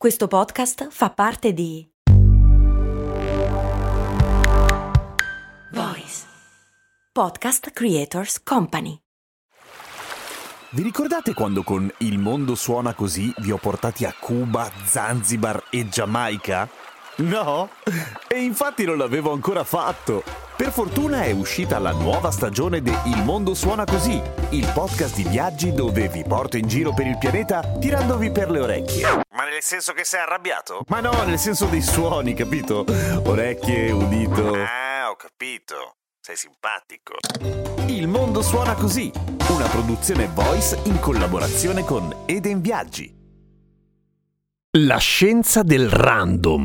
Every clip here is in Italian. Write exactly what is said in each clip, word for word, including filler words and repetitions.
Questo podcast fa parte di Voice Podcast Creators Company. Vi ricordate quando con Il mondo suona così vi ho portati a Cuba, Zanzibar e Giamaica? No? E infatti non l'avevo ancora fatto. Per fortuna è uscita la nuova stagione di Il mondo suona così, il podcast di viaggi dove vi porto in giro per il pianeta tirandovi per le orecchie. Ma nel senso che sei arrabbiato? Ma no, nel senso dei suoni, capito? Orecchie, udito. Ah, ho capito. Sei simpatico. Il mondo suona così, una produzione Voice in collaborazione con Eden Viaggi. La scienza del random.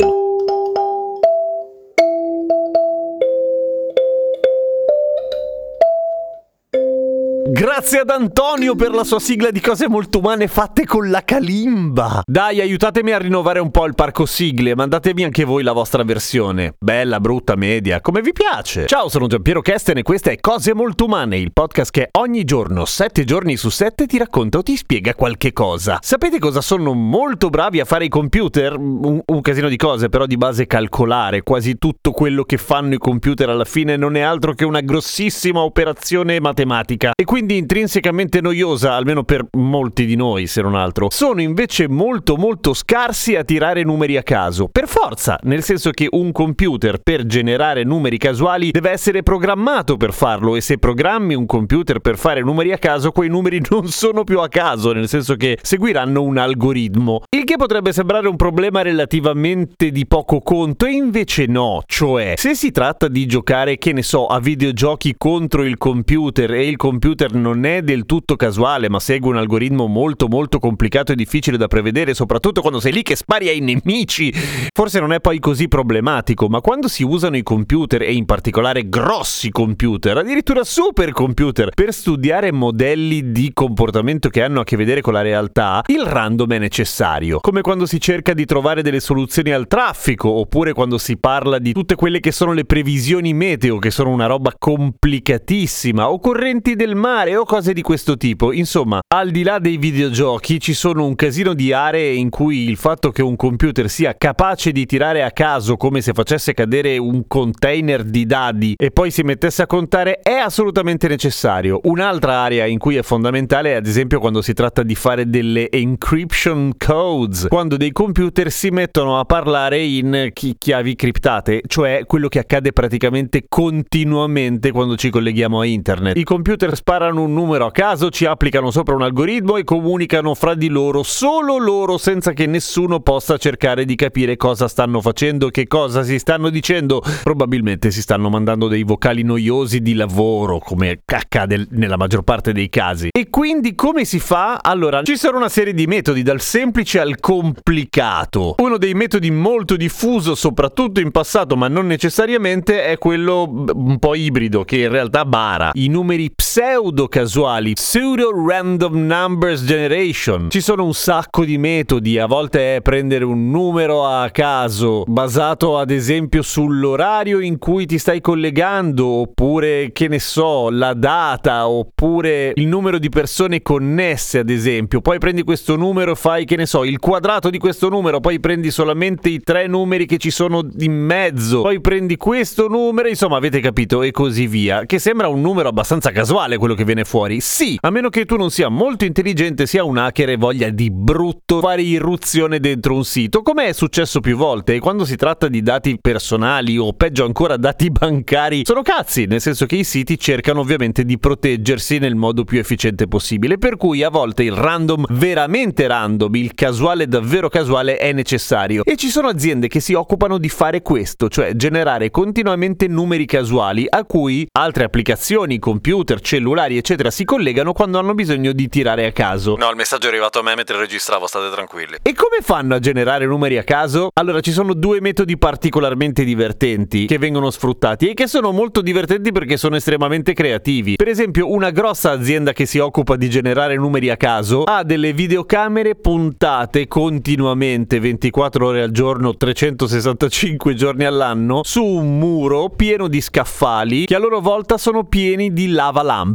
Grazie ad Antonio per la sua sigla di cose molto umane fatte con la kalimba. Dai, aiutatemi a rinnovare un po' il parco sigle, mandatemi anche voi la vostra versione. Bella, brutta, media, come vi piace. Ciao, sono Giampiero Kesten e questa è Cose Molto Umane, il podcast che ogni giorno, sette giorni su sette, ti racconta o ti spiega qualche cosa. Sapete cosa sono molto bravi a fare i computer? Un, un casino di cose, però di base calcolare. Quasi tutto quello che fanno i computer alla fine non è altro che una grossissima operazione matematica. E quindi intrinsecamente noiosa, almeno per molti di noi se non altro. Sono invece molto molto scarsi a tirare numeri a caso, per forza, nel senso che un computer per generare numeri casuali deve essere programmato per farlo, e se programmi un computer per fare numeri a caso, quei numeri non sono più a caso, nel senso che seguiranno un algoritmo, il che potrebbe sembrare un problema relativamente di poco conto, e invece no. Cioè, se si tratta di giocare, che ne so, a videogiochi contro il computer e il computer non è del tutto casuale, ma segue un algoritmo molto molto complicato e difficile da prevedere, soprattutto quando sei lì che spari ai nemici, forse non è poi così problematico. Ma quando si usano i computer, e in particolare grossi computer, addirittura supercomputer, per studiare modelli di comportamento che hanno a che vedere con la realtà, il random è necessario. Come quando si cerca di trovare delle soluzioni al traffico, oppure quando si parla di tutte quelle che sono le previsioni meteo, che sono una roba complicatissima, o correnti del mare o cose di questo tipo. Insomma, al di là dei videogiochi ci sono un casino di aree in cui il fatto che un computer sia capace di tirare a caso, come se facesse cadere un container di dadi e poi si mettesse a contare, è assolutamente necessario. Un'altra area in cui è fondamentale è ad esempio quando si tratta di fare delle encryption codes, quando dei computer si mettono a parlare in chi- chiavi criptate, cioè quello che accade praticamente continuamente quando ci colleghiamo a internet. I computer sparano un numero a caso, ci applicano sopra un algoritmo e comunicano fra di loro, solo loro, senza che nessuno possa cercare di capire cosa stanno facendo, che cosa si stanno dicendo. Probabilmente si stanno mandando dei vocali noiosi di lavoro, come accade nella maggior parte dei casi. E quindi come si fa? Allora, ci sono una serie di metodi, dal semplice al complicato. Uno dei metodi molto diffuso, soprattutto in passato, ma non necessariamente, è quello un po' ibrido, che in realtà bara i numeri pseudo casuali, pseudo random numbers generation. Ci sono un sacco di metodi, a volte è prendere un numero a caso basato ad esempio sull'orario in cui ti stai collegando, oppure che ne so, la data, oppure il numero di persone connesse ad esempio. Poi prendi questo numero, fai che ne so, il quadrato di questo numero, poi prendi solamente i tre numeri che ci sono in mezzo, poi prendi questo numero, insomma avete capito, e così via, che sembra un numero abbastanza casuale quello che viene fuori. Sì, a meno che tu non sia molto intelligente, sia un hacker e voglia di brutto fare irruzione dentro un sito, come è successo più volte. E quando si tratta di dati personali, o peggio ancora dati bancari, sono cazzi, nel senso che i siti cercano ovviamente di proteggersi nel modo più efficiente possibile, per cui a volte il random veramente random, il casuale davvero casuale, è necessario. E ci sono aziende che si occupano di fare questo, cioè generare continuamente numeri casuali a cui altre applicazioni, computer, cellulari eccetera si collegano quando hanno bisogno di tirare a caso. No, il messaggio è arrivato a me mentre registravo, state tranquilli. E come fanno a generare numeri a caso? Allora, ci sono due metodi particolarmente divertenti che vengono sfruttati, e che sono molto divertenti perché sono estremamente creativi. Per esempio, una grossa azienda che si occupa di generare numeri a caso ha delle videocamere puntate continuamente, ventiquattro ore al giorno, trecentosessantacinque giorni all'anno, su un muro pieno di scaffali che a loro volta sono pieni di lava lamp.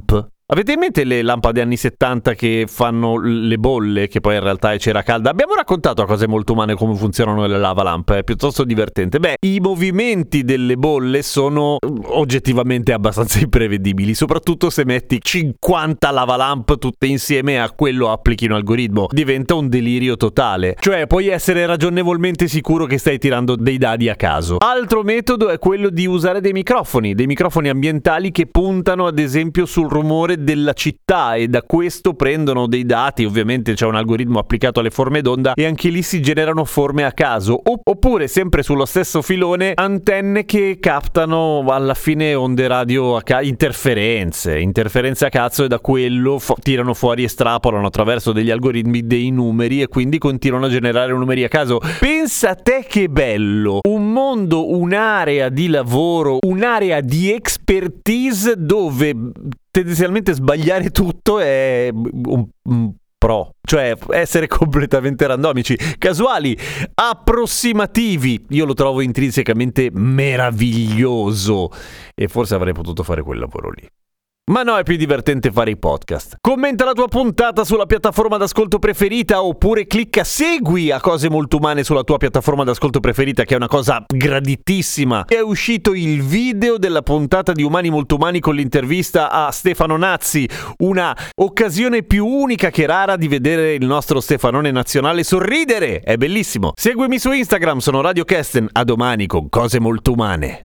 Avete in mente le lampade anni settanta che fanno le bolle, che poi in realtà è cera calda? Abbiamo raccontato a Cose Molto Umane come funzionano le lavalampe, è piuttosto divertente. Beh, i movimenti delle bolle sono oggettivamente abbastanza imprevedibili, soprattutto se metti cinquanta lavalamp tutte insieme e a quello applichi un algoritmo. Diventa un delirio totale. Cioè, puoi essere ragionevolmente sicuro che stai tirando dei dadi a caso. Altro metodo è quello di usare dei microfoni, dei microfoni ambientali che puntano ad esempio sul rumore della città e da questo prendono dei dati. Ovviamente c'è un algoritmo applicato alle forme d'onda e anche lì si generano forme a caso. Oppure, sempre sullo stesso filone, antenne che captano alla fine onde radio a ca- interferenze, interferenze a cazzo, e da quello fu- tirano fuori, estrapolano attraverso degli algoritmi dei numeri e quindi continuano a generare numeri a caso. Pensa te che bello! Un mondo, un'area di lavoro, un'area di expertise dove tendenzialmente sbagliare tutto è un, un pro, cioè essere completamente randomici, casuali, approssimativi. Io lo trovo intrinsecamente meraviglioso e forse avrei potuto fare quel lavoro lì. Ma no, è più divertente fare i podcast. Commenta la tua puntata sulla piattaforma d'ascolto preferita oppure clicca segui a Cose Molto Umane sulla tua piattaforma d'ascolto preferita, che è una cosa graditissima. È uscito il video della puntata di Umani Molto Umani con l'intervista a Stefano Nazzi, una occasione più unica che rara di vedere il nostro Stefanone nazionale sorridere. È bellissimo. Seguimi su Instagram, sono Radio Kesten. A domani con Cose Molto Umane.